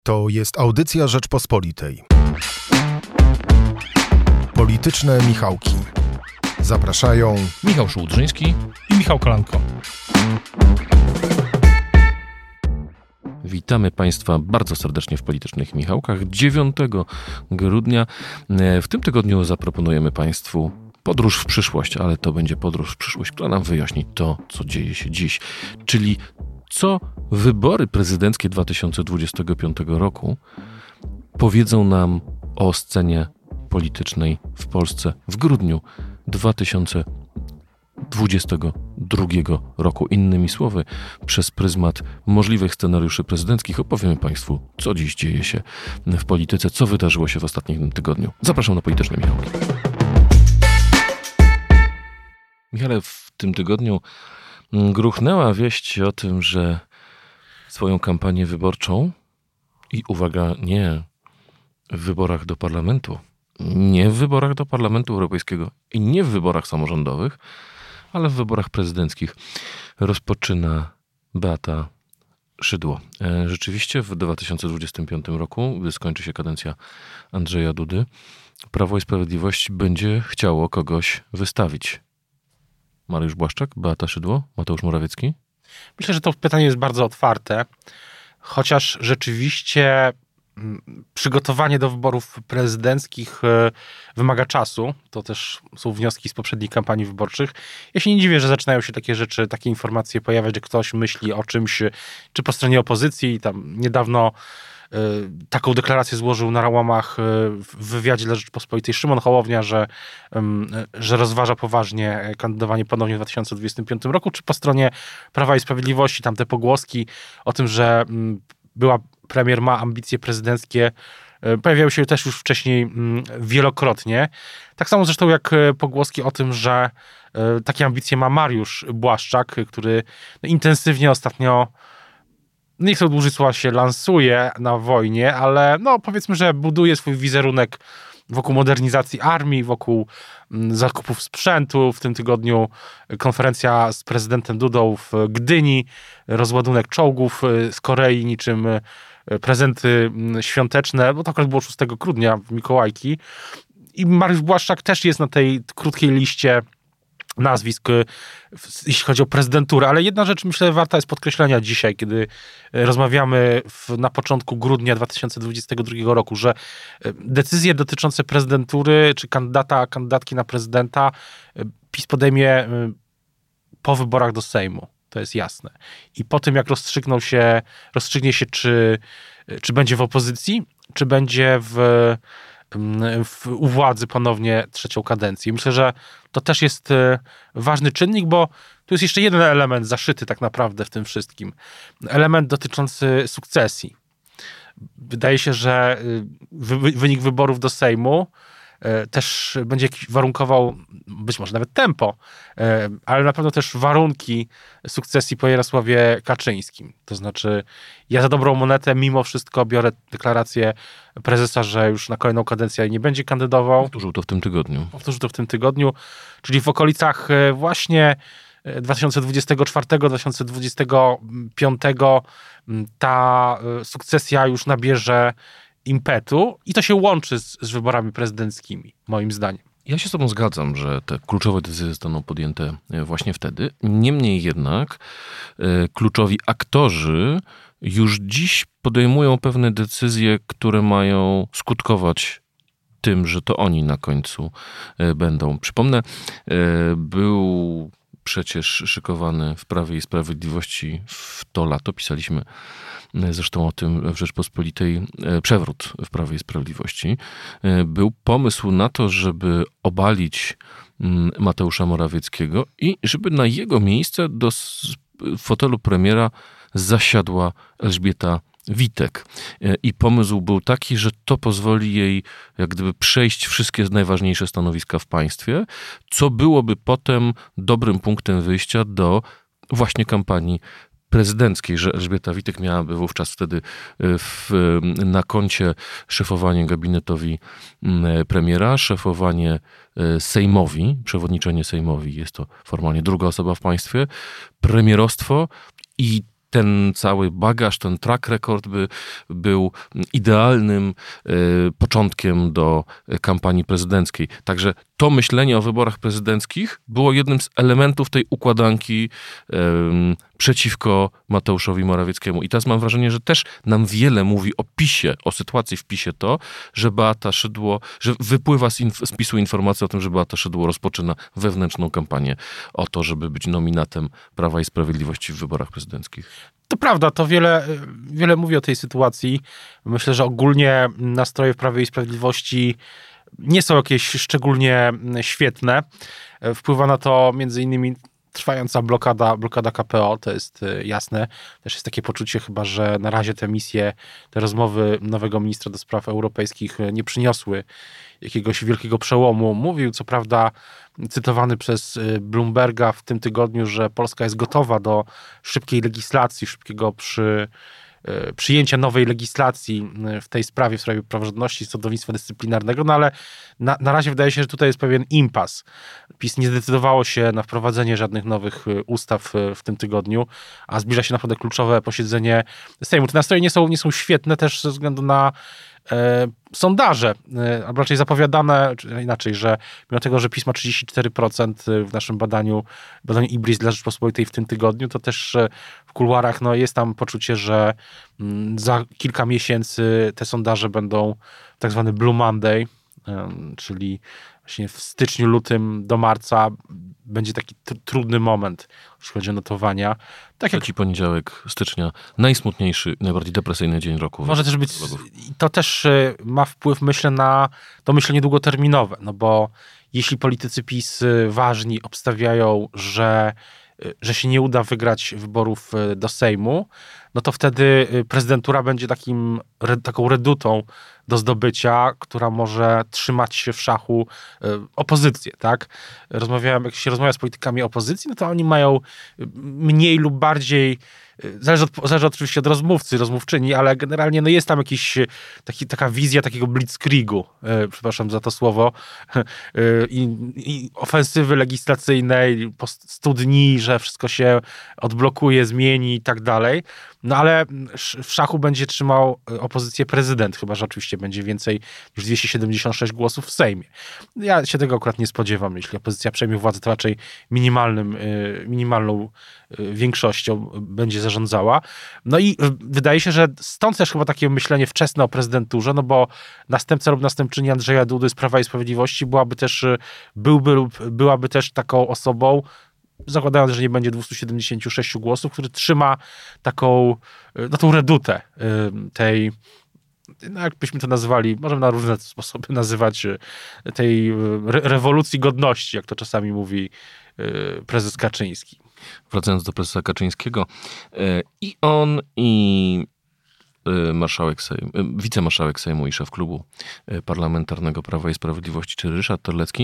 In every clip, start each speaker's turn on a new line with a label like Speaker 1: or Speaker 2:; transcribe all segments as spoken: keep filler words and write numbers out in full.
Speaker 1: To jest audycja Rzeczpospolitej. Polityczne Michałki. Zapraszają
Speaker 2: Michał Szułdrzyński i Michał Kolanko.
Speaker 3: Witamy Państwa bardzo serdecznie w Politycznych Michałkach dziewiątego grudnia. W tym tygodniu zaproponujemy Państwu podróż w przyszłość, ale to będzie podróż w przyszłość, która nam wyjaśni to, co dzieje się dziś. Czyli co wybory prezydenckie dwa tysiące dwudziestego piątego roku powiedzą nam o scenie politycznej w Polsce w grudniu dwa tysiące dwudziestego drugiego roku. Innymi słowy, przez pryzmat możliwych scenariuszy prezydenckich opowiemy Państwu, co dziś dzieje się w polityce, co wydarzyło się w ostatnim tygodniu. Zapraszam na Polityczne Michałki. Michale, w tym tygodniu gruchnęła wieść o tym, że swoją kampanię wyborczą i uwaga, nie w wyborach do parlamentu, nie w wyborach do Parlamentu Europejskiego i nie w wyborach samorządowych, ale w wyborach prezydenckich rozpoczyna Beata Szydło. Rzeczywiście w dwa tysiące dwudziestym piątym roku, gdy skończy się kadencja Andrzeja Dudy, Prawo i Sprawiedliwość będzie chciało kogoś wystawić. Mariusz Błaszczak, Beata Szydło, Mateusz Morawiecki?
Speaker 4: Myślę, że to pytanie jest bardzo otwarte, chociaż rzeczywiście przygotowanie do wyborów prezydenckich wymaga czasu. To też są wnioski z poprzednich kampanii wyborczych. Ja się nie dziwię, że zaczynają się takie rzeczy, takie informacje pojawiać, że ktoś myśli o czymś, czy po stronie opozycji. Tam niedawno taką deklarację złożył na łamach w wywiadzie dla Rzeczpospolitej Szymon Hołownia, że, że rozważa poważnie kandydowanie ponownie w dwa tysiące dwudziestym piątym roku, czy po stronie Prawa i Sprawiedliwości tam te pogłoski o tym, że była premier ma ambicje prezydenckie, pojawiały się też już wcześniej wielokrotnie. Tak samo zresztą jak pogłoski o tym, że takie ambicje ma Mariusz Błaszczak, który intensywnie ostatnio, nie chcę dłużej słowa, się lansuje na wojnie, ale no powiedzmy, że buduje swój wizerunek wokół modernizacji armii, wokół zakupów sprzętu. W tym tygodniu konferencja z prezydentem Dudą w Gdyni, rozładunek czołgów z Korei niczym prezenty świąteczne, bo to akurat było szóstego grudnia w Mikołajki. I Mariusz Błaszczak też jest na tej krótkiej liście nazwisk, jeśli chodzi o prezydenturę, ale jedna rzecz, myślę, warta jest podkreślenia dzisiaj, kiedy rozmawiamy w, na początku grudnia dwa tysiące dwudziestego drugiego roku, że decyzje dotyczące prezydentury, czy kandydata, kandydatki na prezydenta PiS podejmie po wyborach do Sejmu. To jest jasne. I po tym, jak rozstrzygnął się, rozstrzygnie się, czy, czy będzie w opozycji, czy będzie w W, u władzy ponownie trzecią kadencję. Myślę, że to też jest ważny czynnik, bo tu jest jeszcze jeden element zaszyty tak naprawdę w tym wszystkim. Element dotyczący sukcesji. Wydaje się, że wy, wynik wyborów do Sejmu też będzie jakiś warunkował, być może nawet tempo, ale na pewno też warunki sukcesji po Jarosławie Kaczyńskim. To znaczy, ja za dobrą monetę mimo wszystko biorę deklarację prezesa, że już na kolejną kadencję nie będzie kandydował.
Speaker 3: Powtórzył to w tym tygodniu.
Speaker 4: Powtórzył to w tym tygodniu, czyli w okolicach właśnie dwa tysiące dwudziestego czwartego do dwa tysiące dwudziestego piątego ta sukcesja już nabierze impetu i to się łączy z, z wyborami prezydenckimi, moim zdaniem.
Speaker 3: Ja się z tobą zgadzam, że te kluczowe decyzje zostaną podjęte właśnie wtedy. Niemniej jednak e, kluczowi aktorzy już dziś podejmują pewne decyzje, które mają skutkować tym, że to oni na końcu e, będą. Przypomnę, e, był przecież szykowany w Prawie i Sprawiedliwości w to lato, pisaliśmy zresztą o tym w Rzeczpospolitej, przewrót w Prawie i Sprawiedliwości. Był pomysł na to, żeby obalić Mateusza Morawieckiego i żeby na jego miejsce do fotelu premiera zasiadła Elżbieta Witek. I pomysł był taki, że to pozwoli jej jak gdyby przejść wszystkie najważniejsze stanowiska w państwie, co byłoby potem dobrym punktem wyjścia do właśnie kampanii prezydenckiej, że Elżbieta Witek miałaby wówczas wtedy w, na koncie szefowanie gabinetowi premiera, szefowanie Sejmowi, przewodniczenie Sejmowi, jest to formalnie druga osoba w państwie, premierostwo i ten cały bagaż, ten track record by był idealnym y, początkiem do kampanii prezydenckiej. Także to myślenie o wyborach prezydenckich było jednym z elementów tej układanki y, przeciwko Mateuszowi Morawieckiemu. I teraz mam wrażenie, że też nam wiele mówi o PiSie, o sytuacji w PiSie to, że Beata Szydło, że wypływa z, inf- z PiSu informacja o tym, że Beata Szydło rozpoczyna wewnętrzną kampanię o to, żeby być nominatem Prawa i Sprawiedliwości w wyborach prezydenckich.
Speaker 4: To prawda, to wiele, wiele mówi o tej sytuacji. Myślę, że ogólnie nastroje w Prawie i Sprawiedliwości nie są jakieś szczególnie świetne. Wpływa na to między innymi trwająca blokada, blokada K P O, to jest jasne. Też jest takie poczucie chyba, że na razie te misje, te rozmowy nowego ministra do spraw europejskich nie przyniosły jakiegoś wielkiego przełomu. Mówił, co prawda, cytowany przez Bloomberga w tym tygodniu, że Polska jest gotowa do szybkiej legislacji, szybkiego przy, przyjęcia nowej legislacji w tej sprawie, w sprawie praworządności, sądownictwa dyscyplinarnego, no ale na, na razie wydaje się, że tutaj jest pewien impas. PiS nie zdecydowało się na wprowadzenie żadnych nowych ustaw w tym tygodniu, a zbliża się naprawdę kluczowe posiedzenie Sejmu. Te nastroje nie są, nie są świetne też ze względu na e, sondaże, e, a raczej zapowiadane, czy inaczej, że mimo tego, że PiS ma trzydzieści cztery procent w naszym badaniu, badaniu Ibris dla Rzeczpospolitej w tym tygodniu, to też w kuluarach no, jest tam poczucie, że m, za kilka miesięcy te sondaże będą tak zwany Blue Monday, e, czyli właśnie w styczniu, lutym do marca będzie taki tr- trudny moment, jeśli chodzi o notowania. Tak jak
Speaker 3: Trzeci poniedziałek stycznia, najsmutniejszy, najbardziej depresyjny dzień roku.
Speaker 4: Może też być, to też ma wpływ, myślę, na to myślenie długoterminowe, no bo jeśli politycy PiS ważni obstawiają, że, że się nie uda wygrać wyborów do Sejmu, no to wtedy prezydentura będzie takim, taką redutą do zdobycia, która może trzymać się w szachu opozycję, tak? Rozmawiałem, jak się rozmawia z politykami opozycji, no to oni mają mniej lub bardziej, zależy, od, zależy oczywiście od rozmówcy, rozmówczyni, ale generalnie no jest tam jakiś, taki, taka wizja takiego blitzkriegu, e, przepraszam za to słowo, e, i, i ofensywy legislacyjnej po stu dni, że wszystko się odblokuje, zmieni i tak dalej. No ale w szachu będzie trzymał opozycję prezydent, chyba że oczywiście będzie więcej niż dwieście siedemdziesiąt sześć głosów w Sejmie. Ja się tego akurat nie spodziewam. Jeśli opozycja przejmie władzę, to raczej minimalnym, minimalną większością będzie zarządzała. No i wydaje się, że stąd też chyba takie myślenie wczesne o prezydenturze, no bo następca lub następczyni Andrzeja Dudy z Prawa i Sprawiedliwości byłaby też, byłby lub byłaby też taką osobą, zakładając, że nie będzie dwieście siedemdziesiąt sześć głosów, który trzyma taką, no tą redutę tej, no jakbyśmy to nazywali, możemy na różne sposoby nazywać, tej re- rewolucji godności, jak to czasami mówi prezes Kaczyński.
Speaker 3: Wracając do prezesa Kaczyńskiego, i on, i marszałek Sejmu, wicemarszałek Sejmu i szef klubu parlamentarnego Prawa i Sprawiedliwości, czy Ryszard Terlecki,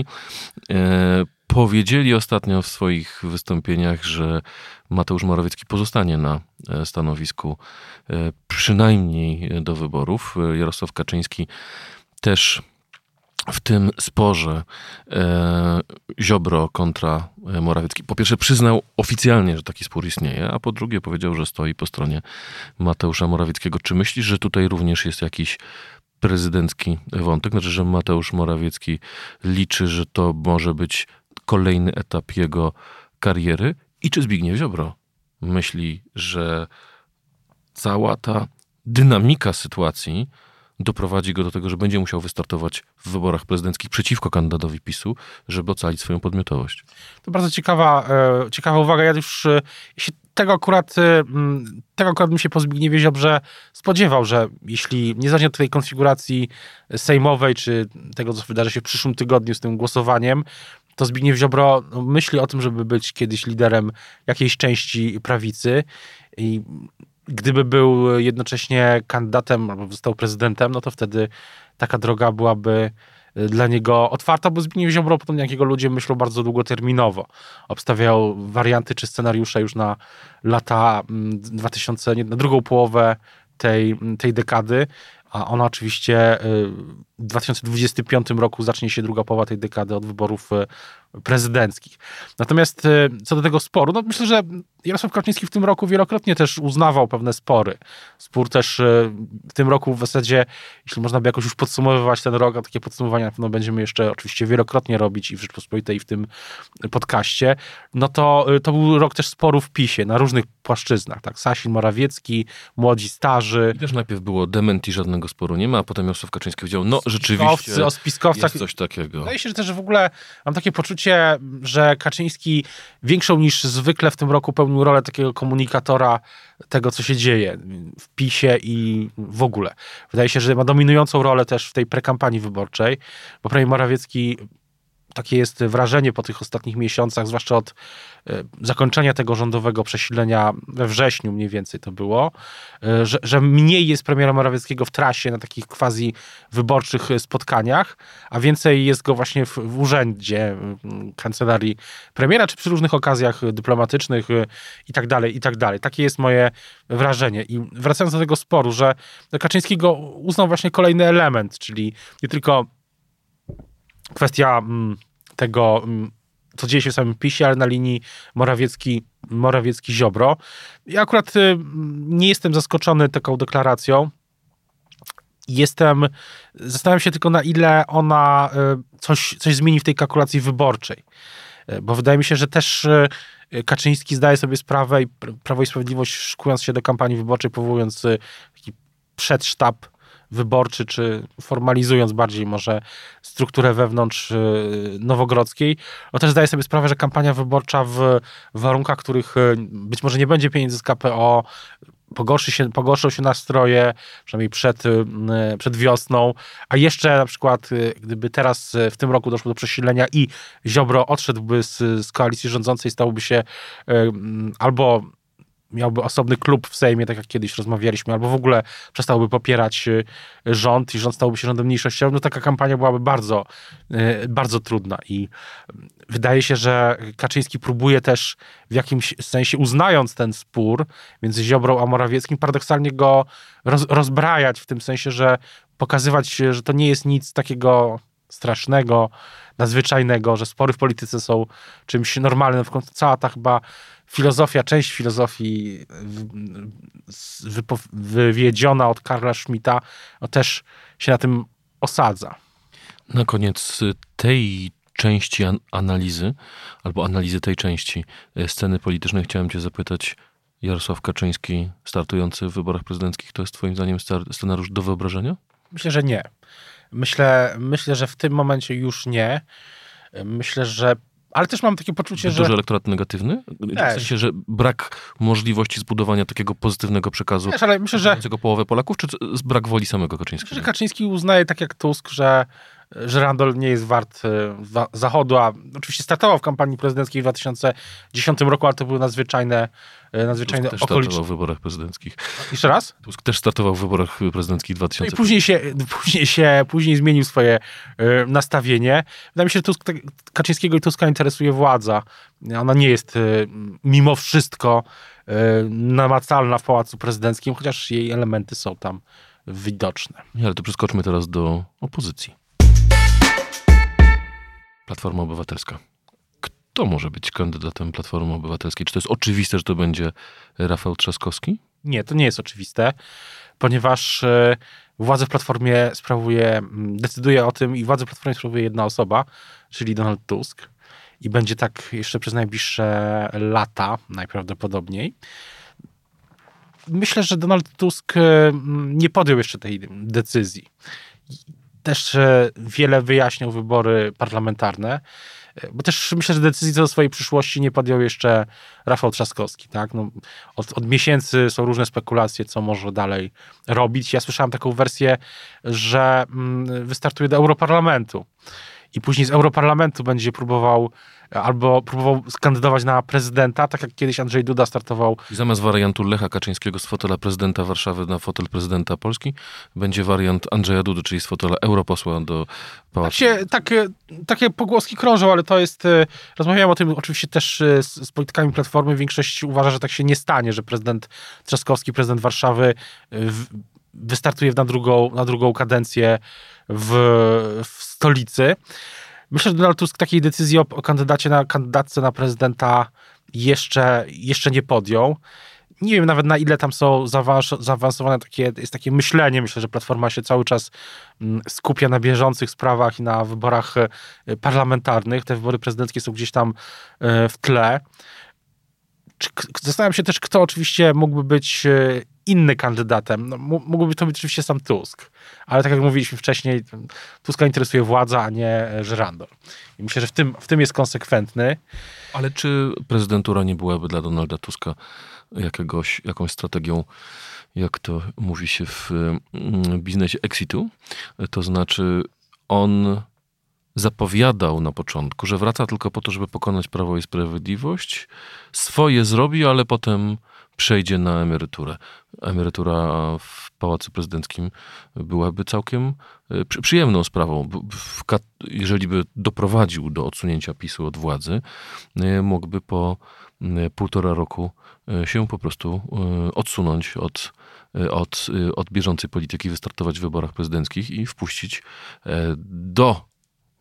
Speaker 3: powiedzieli ostatnio w swoich wystąpieniach, że Mateusz Morawiecki pozostanie na stanowisku przynajmniej do wyborów. Jarosław Kaczyński też w tym sporze e, Ziobro kontra Morawiecki po pierwsze przyznał oficjalnie, że taki spór istnieje, a po drugie powiedział, że stoi po stronie Mateusza Morawieckiego. Czy myślisz, że tutaj również jest jakiś prezydencki wątek? Znaczy, że Mateusz Morawiecki liczy, że to może być kolejny etap jego kariery? I czy Zbigniew Ziobro myśli, że cała ta dynamika sytuacji doprowadzi go do tego, że będzie musiał wystartować w wyborach prezydenckich przeciwko kandydatowi PiSu, żeby ocalić swoją podmiotowość?
Speaker 4: To bardzo ciekawa, e, ciekawa uwaga. Ja już e, się tego akurat, e, tego akurat bym się po Zbigniewie Ziobrze spodziewał, że jeśli niezależnie od tej konfiguracji sejmowej, czy tego, co wydarzy się w przyszłym tygodniu z tym głosowaniem, to Zbigniew Ziobro no, myśli o tym, żeby być kiedyś liderem jakiejś części prawicy i gdyby był jednocześnie kandydatem albo został prezydentem, no to wtedy taka droga byłaby dla niego otwarta, bo Zbigniew Ziobro, podobnie jak jego ludzie, myślą bardzo długoterminowo. Obstawiał warianty czy scenariusze już na lata dwa tysiące, na drugą połowę tej, tej dekady, a ona oczywiście w dwa tysiące dwudziestym piątym roku zacznie się druga połowa tej dekady od wyborów prezydenckich. Natomiast co do tego sporu, no myślę, że Jarosław Kaczyński w tym roku wielokrotnie też uznawał pewne spory. Spór też w tym roku w zasadzie, jeśli można by jakoś już podsumowywać ten rok, a takie podsumowania na pewno będziemy jeszcze oczywiście wielokrotnie robić i w Rzeczpospolitej, i w tym podcaście, no to to był rok też sporu w PiSie na różnych płaszczyznach, tak? Sasin, Morawiecki, młodzi, starzy.
Speaker 3: I też najpierw było dementi, żadnego sporu nie ma, a potem Jarosław Kaczyński powiedział, no rzeczywiście
Speaker 4: Spiskowcy, o spiskowcach.
Speaker 3: jest coś takiego.
Speaker 4: Wydaje się, że też w ogóle mam takie poczucie, że Kaczyński większą niż zwykle w tym roku pełnił rolę takiego komunikatora tego, co się dzieje w PiSie i w ogóle. Wydaje się, że ma dominującą rolę też w tej prekampanii wyborczej, bo premier Morawiecki, takie jest wrażenie po tych ostatnich miesiącach, zwłaszcza od zakończenia tego rządowego przesilenia we wrześniu mniej więcej to było, że, że mniej jest premiera Morawieckiego w trasie na takich quasi wyborczych spotkaniach, a więcej jest go właśnie w, w urzędzie, w kancelarii premiera, czy przy różnych okazjach dyplomatycznych i tak dalej, i tak dalej. Takie jest moje wrażenie. I wracając do tego sporu, że Kaczyńskiego uznał właśnie kolejny element, czyli nie tylko kwestia tego, co dzieje się w samym PiSie, ale na linii Morawiecki, Morawiecki-Ziobro. Ja akurat nie jestem zaskoczony taką deklaracją. Jestem, zastanawiam się tylko, na ile ona coś, coś zmieni w tej kalkulacji wyborczej. Bo wydaje mi się, że też Kaczyński zdaje sobie sprawę i Prawo i Sprawiedliwość, szykując się do kampanii wyborczej, powołując taki przedsztab wyborczy, czy formalizując bardziej może strukturę wewnątrz Nowogrodzkiej, no też zdaje sobie sprawę, że kampania wyborcza w warunkach, których być może nie będzie pieniędzy z K P O, pogorszy się, pogorszą się nastroje, przynajmniej przed, przed wiosną, a jeszcze na przykład gdyby teraz w tym roku doszło do przesilenia i Ziobro odszedłby z, z koalicji rządzącej, stałoby się albo miałby osobny klub w Sejmie, tak jak kiedyś rozmawialiśmy, albo w ogóle przestałby popierać rząd i rząd stałby się rządem mniejszościowym, no taka kampania byłaby bardzo, bardzo trudna i wydaje się, że Kaczyński próbuje też w jakimś sensie, uznając ten spór między Ziobrą a Morawieckim, paradoksalnie go roz, rozbrajać w tym sensie, że pokazywać, że to nie jest nic takiego strasznego, nadzwyczajnego, że spory w polityce są czymś normalnym. W końcu cała ta chyba filozofia, część filozofii wywiedziona od Karla Schmitta, no też się na tym osadza.
Speaker 3: Na koniec tej części an- analizy, albo analizy tej części sceny politycznej chciałem cię zapytać, Jarosław Kaczyński startujący w wyborach prezydenckich, to jest twoim zdaniem scenariusz do wyobrażenia?
Speaker 4: Myślę, że nie. Myślę, myślę, że w tym momencie już nie. Myślę, że ale też mam takie poczucie,
Speaker 3: Duży
Speaker 4: że...
Speaker 3: elektorat negatywny? W
Speaker 4: Też.
Speaker 3: sensie, że brak możliwości zbudowania takiego pozytywnego przekazu
Speaker 4: Też, ale myślę, że...
Speaker 3: połowę Polaków, czy brak woli samego Kaczyńskiego?
Speaker 4: Myślę, że Kaczyński uznaje, tak jak Tusk, że że Randol nie jest wart Zachodu, a oczywiście startował w kampanii prezydenckiej w dwa tysiące dziesiątym roku, ale to były nadzwyczajne, nadzwyczajne
Speaker 3: okoliczności. Tusk też startował w wyborach prezydenckich.
Speaker 4: Jeszcze raz?
Speaker 3: Tusk też startował w wyborach prezydenckich w dwa tysiące.
Speaker 4: No i później się, później się, później zmienił swoje y, nastawienie. Wydaje mi się, że Tusk, Kaczyńskiego i Tuska interesuje władza. Ona nie jest y, mimo wszystko y, namacalna w Pałacu Prezydenckim, chociaż jej elementy są tam widoczne.
Speaker 3: Nie, ale to przeskoczmy teraz do opozycji. Platforma Obywatelska. Kto może być kandydatem Platformy Obywatelskiej? Czy to jest oczywiste, że to będzie Rafał Trzaskowski?
Speaker 4: Nie, to nie jest oczywiste, ponieważ y, władzę w Platformie sprawuje, decyduje o tym i władzę w Platformie sprawuje jedna osoba, czyli Donald Tusk. I będzie tak jeszcze przez najbliższe lata najprawdopodobniej. Myślę, że Donald Tusk nie podjął jeszcze tej decyzji. Też wiele wyjaśniał wybory parlamentarne, bo też myślę, że decyzji co do swojej przyszłości nie podjął jeszcze Rafał Trzaskowski. Tak? No, od, od miesięcy są różne spekulacje, co może dalej robić. Ja słyszałem taką wersję, że wystartuje do Europarlamentu. I później z Europarlamentu będzie próbował albo próbował skandydować na prezydenta, tak jak kiedyś Andrzej Duda startował.
Speaker 3: I zamiast wariantu Lecha Kaczyńskiego z fotela prezydenta Warszawy na fotel prezydenta Polski, będzie wariant Andrzeja Dudy, czyli z fotela europosła do Pałacu.
Speaker 4: Tak się, takie, takie pogłoski krążą, ale to jest... Rozmawiałem o tym oczywiście też z, z politykami Platformy. Większość uważa, że tak się nie stanie, że prezydent Trzaskowski, prezydent Warszawy w, wystartuje na drugą, na drugą kadencję w, w stolicy. Myślę, że Donald Tusk takiej decyzji o, o kandydacie na kandydatce na prezydenta jeszcze, jeszcze nie podjął. Nie wiem nawet, na ile tam są zaawans- zaawansowane takie, jest takie myślenie. Myślę, że Platforma się cały czas skupia na bieżących sprawach i na wyborach parlamentarnych. Te wybory prezydenckie są gdzieś tam w tle. Zastanawiam się też, kto oczywiście mógłby być inny kandydatem. No, mógłby to być oczywiście sam Tusk. Ale tak jak mówiliśmy wcześniej, Tuska interesuje władza, a nie żyrandol. I myślę, że w tym, w tym jest konsekwentny.
Speaker 3: Ale czy prezydentura nie byłaby dla Donalda Tuska jakiegoś, jakąś strategią, jak to mówi się w biznesie, exitu? To znaczy on zapowiadał na początku, że wraca tylko po to, żeby pokonać Prawo i Sprawiedliwość. Swoje zrobi, ale potem przejdzie na emeryturę. Emerytura w Pałacu Prezydenckim byłaby całkiem przyjemną sprawą. Jeżeli by doprowadził do odsunięcia PiSu od władzy, mógłby po półtora roku się po prostu odsunąć od, od, od bieżącej polityki, wystartować w wyborach prezydenckich i wpuścić do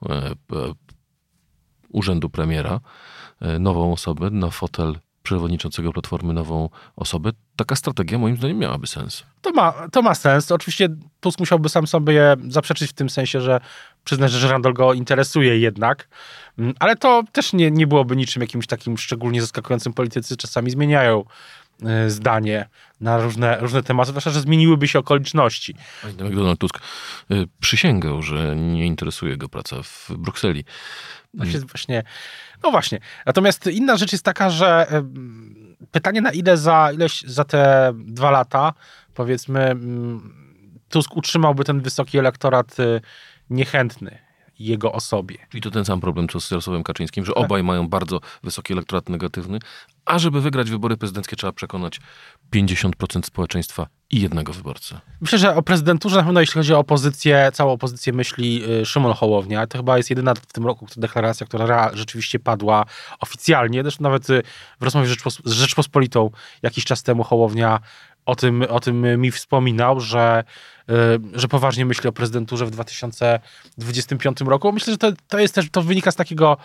Speaker 3: urzędu premiera nową osobę, na fotel przewodniczącego Platformy nową osobę. Taka strategia moim zdaniem miałaby sens.
Speaker 4: To ma, to ma sens. Oczywiście Tusk musiałby sam sobie zaprzeczyć w tym sensie, że przyznać, że żyrandol go interesuje jednak, ale to też nie, nie byłoby niczym jakimś takim szczególnie zaskakującym. Politycy czasami zmieniają zdanie na różne, różne tematy, zwłaszcza, że zmieniłyby się okoliczności.
Speaker 3: Jak Donald Tusk przysięgał, że nie interesuje go praca w Brukseli.
Speaker 4: Właśnie, właśnie, no właśnie. Natomiast inna rzecz jest taka, że pytanie, na ile za, ileś, za te dwa lata, powiedzmy, Tusk utrzymałby ten wysoki elektorat niechętny jego osobie.
Speaker 3: Czyli to ten sam problem, co z Jarosławem Kaczyńskim, że obaj mają bardzo wysoki elektorat negatywny, a żeby wygrać wybory prezydenckie, trzeba przekonać pięćdziesiąt procent społeczeństwa i jednego wyborcę.
Speaker 4: Myślę, że o prezydenturze na pewno, jeśli chodzi o opozycję, całą opozycję myśli Szymon Hołownia. To chyba jest jedyna w tym roku deklaracja, która rzeczywiście padła oficjalnie. Zresztą nawet w rozmowie z Rzeczpospolitą jakiś czas temu Hołownia o tym, o tym mi wspominał, że, że poważnie myśli o prezydenturze w dwa tysiące dwudziestym piątym roku. Myślę, że to, to jest też, to wynika z takiego,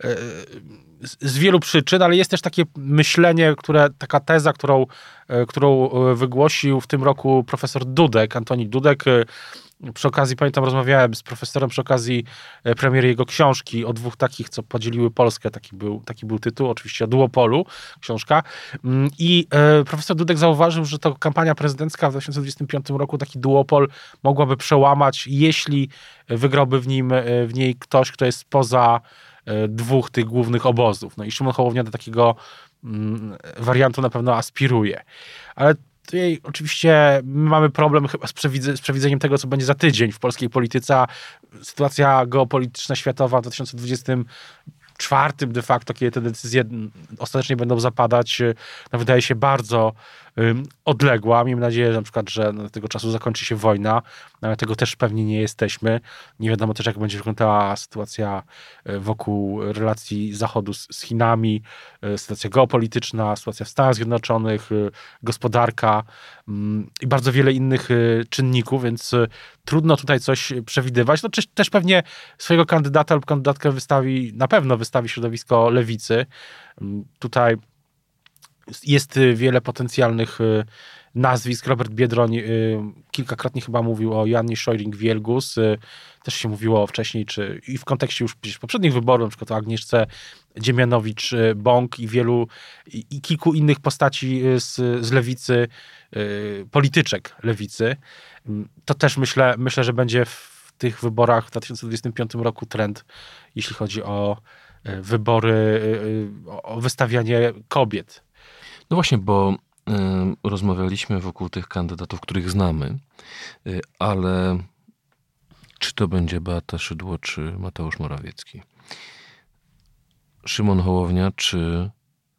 Speaker 4: z wielu przyczyn, ale jest też takie myślenie, które, taka teza, którą, którą wygłosił w tym roku profesor Dudek, Antoni Dudek. Przy okazji, pamiętam, rozmawiałem z profesorem przy okazji premiery jego książki o dwóch takich, co podzieliły Polskę. Taki był, taki był tytuł, oczywiście o duopolu książka. I profesor Dudek zauważył, że to kampania prezydencka w dwa tysiące dwudziestym piątym roku taki duopol mogłaby przełamać, jeśli wygrałby w nim, w niej ktoś, kto jest spoza dwóch tych głównych obozów. No i Szymon Hołownia do takiego wariantu na pewno aspiruje. Ale tutaj oczywiście mamy problem chyba z, przewidz- z przewidzeniem tego, co będzie za tydzień w polskiej polityce. A sytuacja geopolityczna światowa w dwa tysiące dwudziestym czwartym de facto, kiedy te decyzje ostatecznie będą zapadać, no wydaje się bardzo um, odległa. Miejmy nadzieję, że na przykład, że do tego czasu zakończy się wojna, ale tego też pewnie nie jesteśmy. Nie wiadomo też, jak będzie wyglądała sytuacja wokół relacji Zachodu z, z Chinami, sytuacja geopolityczna, sytuacja w Stanach Zjednoczonych, gospodarka um, i bardzo wiele innych czynników, więc trudno tutaj coś przewidywać. No też, też pewnie swojego kandydata lub kandydatkę wystawi, na pewno wystawi środowisko lewicy. Tutaj jest wiele potencjalnych nazwisk. Robert Biedroń kilkakrotnie chyba mówił o Joannie Scheuring-Wielgus. Też się mówiło wcześniej, czy i w kontekście już poprzednich wyborów, na przykład o Agnieszce Dziemianowicz-Bąk i wielu, i, i kilku innych postaci z, z lewicy, polityczek lewicy. To też myślę, myślę, że będzie w tych wyborach w dwa tysiące dwudziestym piątym roku trend, jeśli chodzi o wybory, o wystawianie kobiet.
Speaker 3: No właśnie, bo y, rozmawialiśmy wokół tych kandydatów, których znamy, y, ale czy to będzie Beata Szydło, czy Mateusz Morawiecki? Szymon Hołownia, czy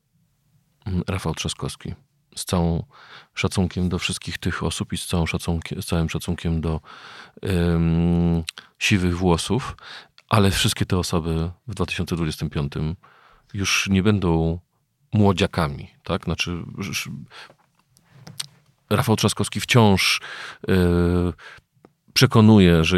Speaker 3: Rafał Trzaskowski? Z całym szacunkiem do wszystkich tych osób i z, całym szacunkiem, z całym szacunkiem do ym, siwych włosów, ale wszystkie te osoby w dwa tysiące dwudziestym piątym już nie będą młodziakami, tak? Znaczy Rafał Trzaskowski wciąż yy, przekonuje, że jest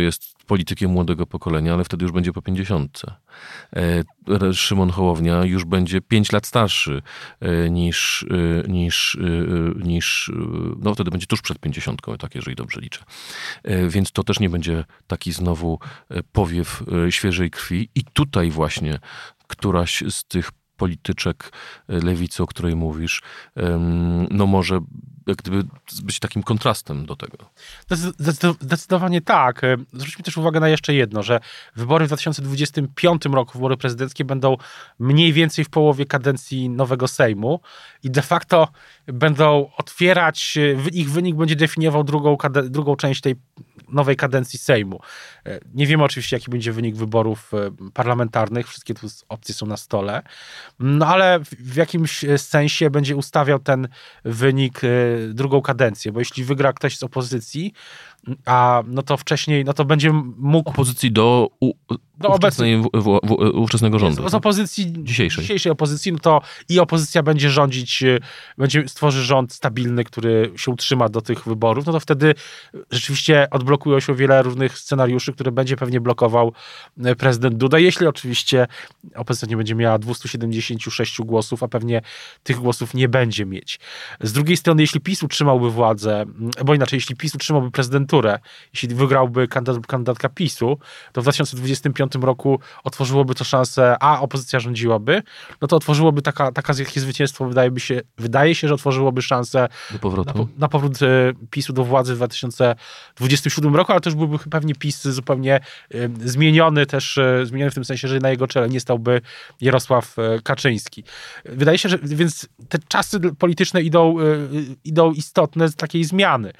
Speaker 3: politykiem młodego pokolenia, ale wtedy już będzie po pięćdziesiątce. Szymon Hołownia już będzie pięć lat starszy niż, niż, niż no wtedy będzie tuż przed pięćdziesiątką, tak jeżeli dobrze liczę. Więc to też nie będzie taki znowu powiew świeżej krwi i tutaj właśnie któraś z tych polityczek lewicy, o której mówisz, no może jak gdyby być takim kontrastem do tego.
Speaker 4: Zdecydowanie tak. Zwróćmy też uwagę na jeszcze jedno, że wybory w dwa tysiące dwudziestym piątym roku, wybory prezydenckie będą mniej więcej w połowie kadencji nowego Sejmu i de facto będą otwierać, ich wynik będzie definiował drugą, drugą część tej nowej kadencji Sejmu. Nie wiemy oczywiście, jaki będzie wynik wyborów parlamentarnych, wszystkie tu opcje są na stole, no ale w jakimś sensie będzie ustawiał ten wynik drugą kadencję, bo jeśli wygra ktoś z opozycji, a no to wcześniej, no to będzie mógł...
Speaker 3: Opozycji do, u,
Speaker 4: do
Speaker 3: ówczesnej, w, w, w, ówczesnego rządu.
Speaker 4: Z, z opozycji,
Speaker 3: dzisiejszej.
Speaker 4: dzisiejszej opozycji, no to i opozycja będzie rządzić, będzie stworzy rząd stabilny, który się utrzyma do tych wyborów, no to wtedy rzeczywiście odblokują się wiele różnych scenariuszy, które będzie pewnie blokował prezydent Duda, jeśli oczywiście opozycja nie będzie miała dwieście siedemdziesiąt sześć głosów, a pewnie tych głosów nie będzie mieć. Z drugiej strony, jeśli PiS utrzymałby władzę, bo inaczej, jeśli PiS utrzymałby prezydenturę, jeśli wygrałby kandydat, kandydatka PiSu, to w dwa tysiące dwudziestym piątym roku otworzyłoby to szansę, a opozycja rządziłaby, no to otworzyłoby taka, taka takie zwycięstwo, wydaje, by się, wydaje się, że otworzyłoby szansę
Speaker 3: do powrotu.
Speaker 4: Na, na powrót PiSu do władzy w dwa tysiące dwudziestym siódmym roku, ale też byłby pewnie PiS zupełnie y, zmieniony, też y, zmieniony w tym sensie, że na jego czele nie stałby Jarosław y, Kaczyński. Wydaje się, że więc te czasy polityczne idą, y, idą istotne z takiej zmiany.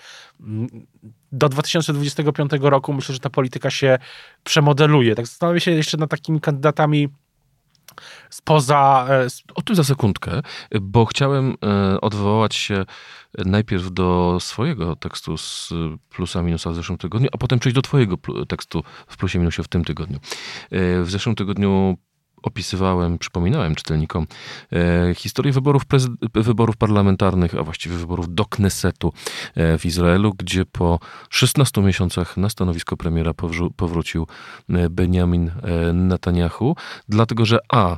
Speaker 4: Do dwa tysiące dwudziestego piątego roku myślę, że ta polityka się przemodeluje. Tak zastanawiam się jeszcze nad takimi kandydatami spoza...
Speaker 3: O tu za sekundkę, bo chciałem odwołać się najpierw do swojego tekstu z plusa minusa w zeszłym tygodniu, a potem przejść do twojego tekstu w plusie minusie w tym tygodniu. W zeszłym tygodniu opisywałem, przypominałem czytelnikom e, historię wyborów, wyborów parlamentarnych, a właściwie wyborów do Knesetu e, w Izraelu, gdzie po szesnastu miesiącach na stanowisko premiera powrzu- powrócił Benjamin e, Netanyahu, dlatego że a.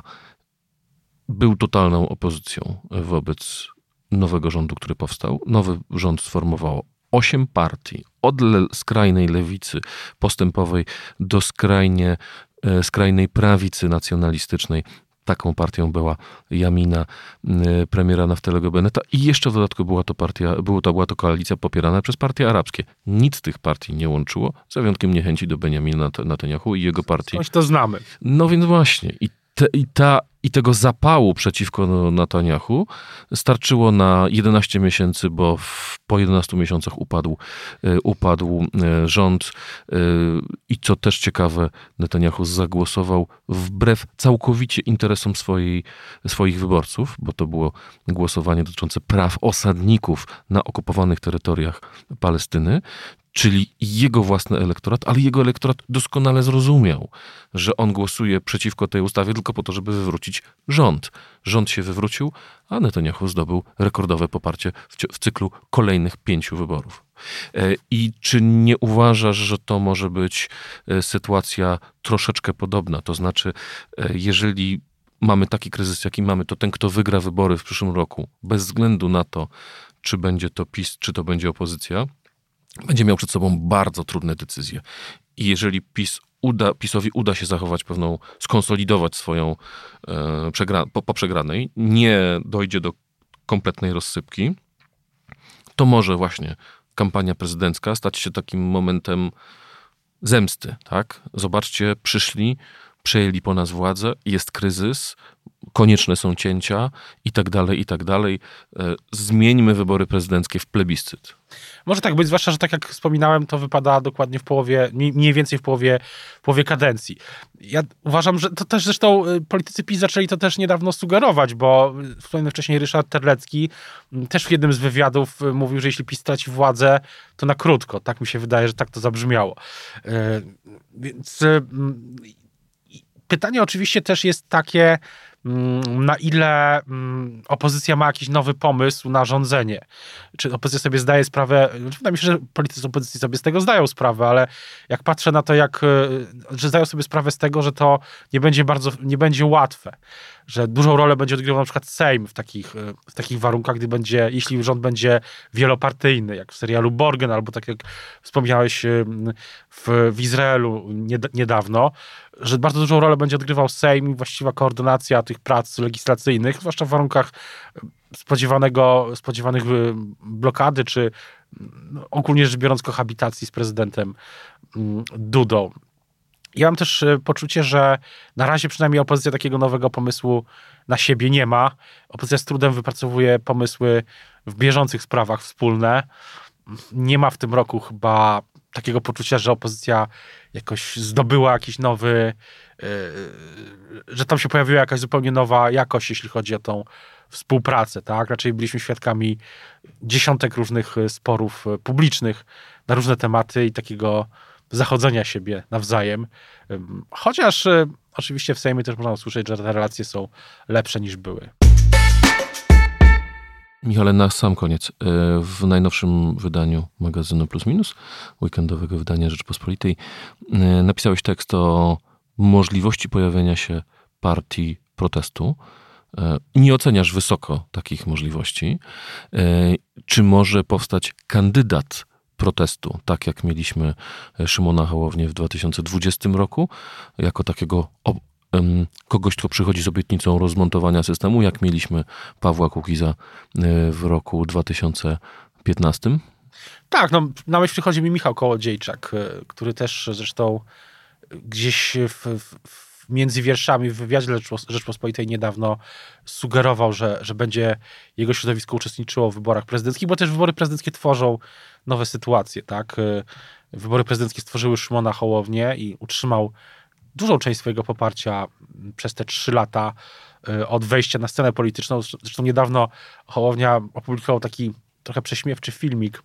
Speaker 3: był totalną opozycją wobec nowego rządu, który powstał. Nowy rząd sformowało osiem partii, od le- skrajnej lewicy postępowej do skrajnie skrajnej prawicy nacjonalistycznej. Taką partią była Jamina premiera Naftalego Bennetta i jeszcze w dodatku była to partia, było to, była to koalicja popierana przez partie arabskie. Nic z tych partii nie łączyło, za wyjątkiem niechęci do Benjamina Netanyahu i jego partii.
Speaker 4: Coś to znamy.
Speaker 3: No więc właśnie. I, te, i, ta, i tego zapału przeciwko Netanyahu starczyło na jedenaście miesięcy, bo w, po jedenastu miesiącach upadł, y, upadł y, rząd y, i co też ciekawe, Netanyahu zagłosował wbrew całkowicie interesom swojej, swoich wyborców, bo to było głosowanie dotyczące praw osadników na okupowanych terytoriach Palestyny, czyli jego własny elektorat, ale jego elektorat doskonale zrozumiał, że on głosuje przeciwko tej ustawie tylko po to, żeby wywrócić rząd. Rząd się wywrócił, a Netanyahu zdobył rekordowe poparcie w, w cyklu kolejnych pięciu wyborów. I czy nie uważasz, że to może być sytuacja troszeczkę podobna? To znaczy, jeżeli mamy taki kryzys, jaki mamy, to ten, kto wygra wybory w przyszłym roku, bez względu na to, czy będzie to PiS, czy to będzie opozycja, będzie miał przed sobą bardzo trudne decyzje. I jeżeli PiS uda, PiSowi uda się zachować pewną, skonsolidować swoją e, przegra, po, po przegranej, nie dojdzie do kompletnej rozsypki, to może właśnie kampania prezydencka stać się takim momentem zemsty, tak? Zobaczcie, przyszli, przejęli po nas władzę, jest kryzys, konieczne są cięcia i tak dalej, i tak dalej. Zmieńmy wybory prezydenckie w plebiscyt.
Speaker 4: Może tak być, zwłaszcza, że tak jak wspominałem, to wypada dokładnie w połowie, mniej więcej w połowie, w połowie kadencji. Ja uważam, że to też zresztą politycy PiS zaczęli to też niedawno sugerować, bo wspomniany wcześniej Ryszard Terlecki też w jednym z wywiadów mówił, że jeśli PiS straci władzę, to na krótko. Tak mi się wydaje, że tak to zabrzmiało. Więc pytanie oczywiście też jest takie, na ile opozycja ma jakiś nowy pomysł na rządzenie. Czy opozycja sobie zdaje sprawę, wydaje mi się, że politycy opozycji sobie z tego zdają sprawę, ale jak patrzę na to, jak, że zdają sobie sprawę z tego, że to nie będzie bardzo, nie będzie łatwe, że dużą rolę będzie odgrywał na przykład Sejm w takich, w takich warunkach, gdy będzie, jeśli rząd będzie wielopartyjny, jak w serialu Borgen, albo tak jak wspomniałeś w, w Izraelu niedawno, że bardzo dużą rolę będzie odgrywał Sejm i właściwa koordynacja tych prac legislacyjnych, zwłaszcza w warunkach spodziewanego, spodziewanych blokady, czy no, ogólnie rzecz biorąc kohabitacji z prezydentem Dudą. Ja mam też poczucie, że na razie przynajmniej opozycja takiego nowego pomysłu na siebie nie ma. Opozycja z trudem wypracowuje pomysły w bieżących sprawach wspólne. Nie ma w tym roku chyba takiego poczucia, że opozycja jakoś zdobyła jakiś nowy, yy, że tam się pojawiła jakaś zupełnie nowa jakość, jeśli chodzi o tą współpracę, tak? Raczej byliśmy świadkami dziesiątek różnych sporów publicznych na różne tematy i takiego zachodzenia siebie nawzajem. Chociaż y, oczywiście w Sejmie też można usłyszeć, że te relacje są lepsze niż były.
Speaker 3: Michale, na sam koniec. W najnowszym wydaniu magazynu Plus Minus, weekendowego wydania Rzeczpospolitej, napisałeś tekst o możliwości pojawienia się partii protestu. Nie oceniasz wysoko takich możliwości. Czy może powstać kandydat protestu, tak jak mieliśmy Szymona Hołownię w dwa tysiące dwudziestym roku, jako takiego ob- kogoś, kto przychodzi z obietnicą rozmontowania systemu, jak mieliśmy Pawła Kukiza w roku dwa tysiące piętnastym?
Speaker 4: Tak, no, na myśl przychodzi mi Michał Kołodziejczak, który też zresztą gdzieś w, w, między wierszami w wywiadzie Rzeczpospolitej niedawno sugerował, że, że będzie jego środowisko uczestniczyło w wyborach prezydenckich, bo też wybory prezydenckie tworzą nowe sytuacje, tak? Wybory prezydenckie stworzyły Szymona Hołownię i utrzymał dużą część swojego poparcia przez te trzy lata od wejścia na scenę polityczną. Zresztą niedawno Hołownia opublikował taki trochę prześmiewczy filmik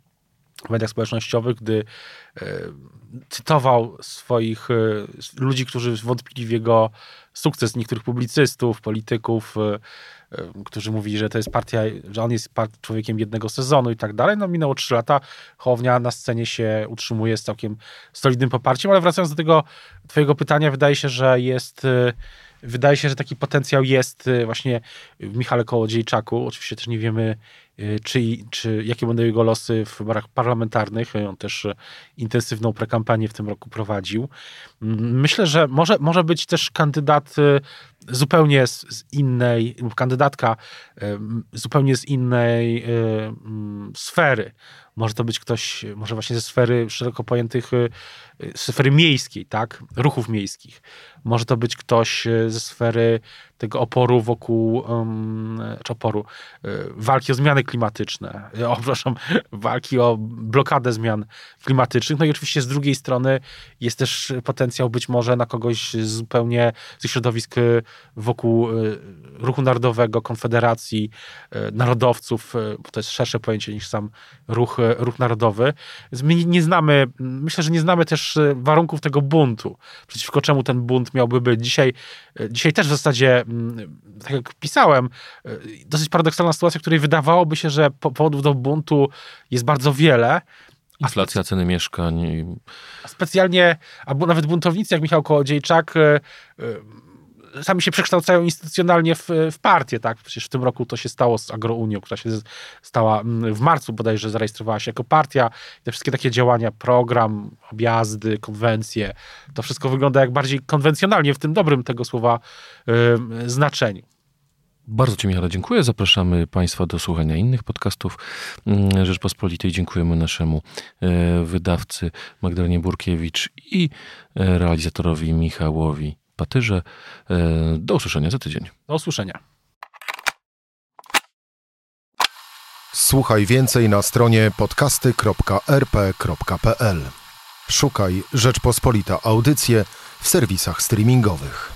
Speaker 4: w mediach społecznościowych, gdy e, cytował swoich e, ludzi, którzy wątpili w jego sukces, niektórych publicystów, polityków, e, e, którzy mówili, że to jest partia, że on jest part- człowiekiem jednego sezonu i tak dalej. No minęło trzy lata, Hołownia na scenie się utrzymuje z całkiem solidnym poparciem, ale wracając do tego twojego pytania, wydaje się, że jest... E, Wydaje się, że taki potencjał jest właśnie w Michale Kołodziejczaku. Oczywiście też nie wiemy, czy, czy jakie będą jego losy w wyborach parlamentarnych. On też intensywną prekampanię w tym roku prowadził. Myślę, że może, może być też kandydat zupełnie z, z innej, lub kandydatka zupełnie z innej sfery. Może to być ktoś, może właśnie ze sfery szeroko pojętych, sfery miejskiej, tak? Ruchów miejskich. Może to być ktoś ze sfery tego oporu wokół, um, czy oporu, walki o zmiany klimatyczne, o, przepraszam, walki o blokadę zmian klimatycznych. No i oczywiście z drugiej strony jest też potencjał być może na kogoś zupełnie ze środowisk wokół Ruchu Narodowego, Konfederacji, narodowców, bo to jest szersze pojęcie niż sam ruch, ruch narodowy. My nie znamy, myślę, że nie znamy też warunków tego buntu, przeciwko czemu ten bunt miałby być. Dzisiaj, dzisiaj też w zasadzie, tak jak pisałem, dosyć paradoksalna sytuacja, w której wydawałoby się, że powodów do buntu jest bardzo wiele.
Speaker 3: Inflacja, ceny mieszkań.
Speaker 4: A specjalnie, albo nawet buntownicy jak Michał Kołodziejczak sami się przekształcają instytucjonalnie w, w partię, tak? Przecież w tym roku to się stało z Agrounią, która się stała w marcu bodajże, zarejestrowała się jako partia. Te wszystkie takie działania, program, objazdy, konwencje, to wszystko wygląda jak bardziej konwencjonalnie w tym dobrym tego słowa yy, znaczeniu.
Speaker 3: Bardzo Ci, Michale, dziękuję. Zapraszamy Państwa do słuchania innych podcastów Rzeczpospolitej. Dziękujemy naszemu wydawcy Magdalenie Burkiewicz i realizatorowi Michałowi Patyrze. Do usłyszenia za tydzień.
Speaker 4: Do usłyszenia.
Speaker 1: Słuchaj więcej na stronie podcasty kropka er pe kropka pe el. Szukaj Rzeczpospolita Audycje w serwisach streamingowych.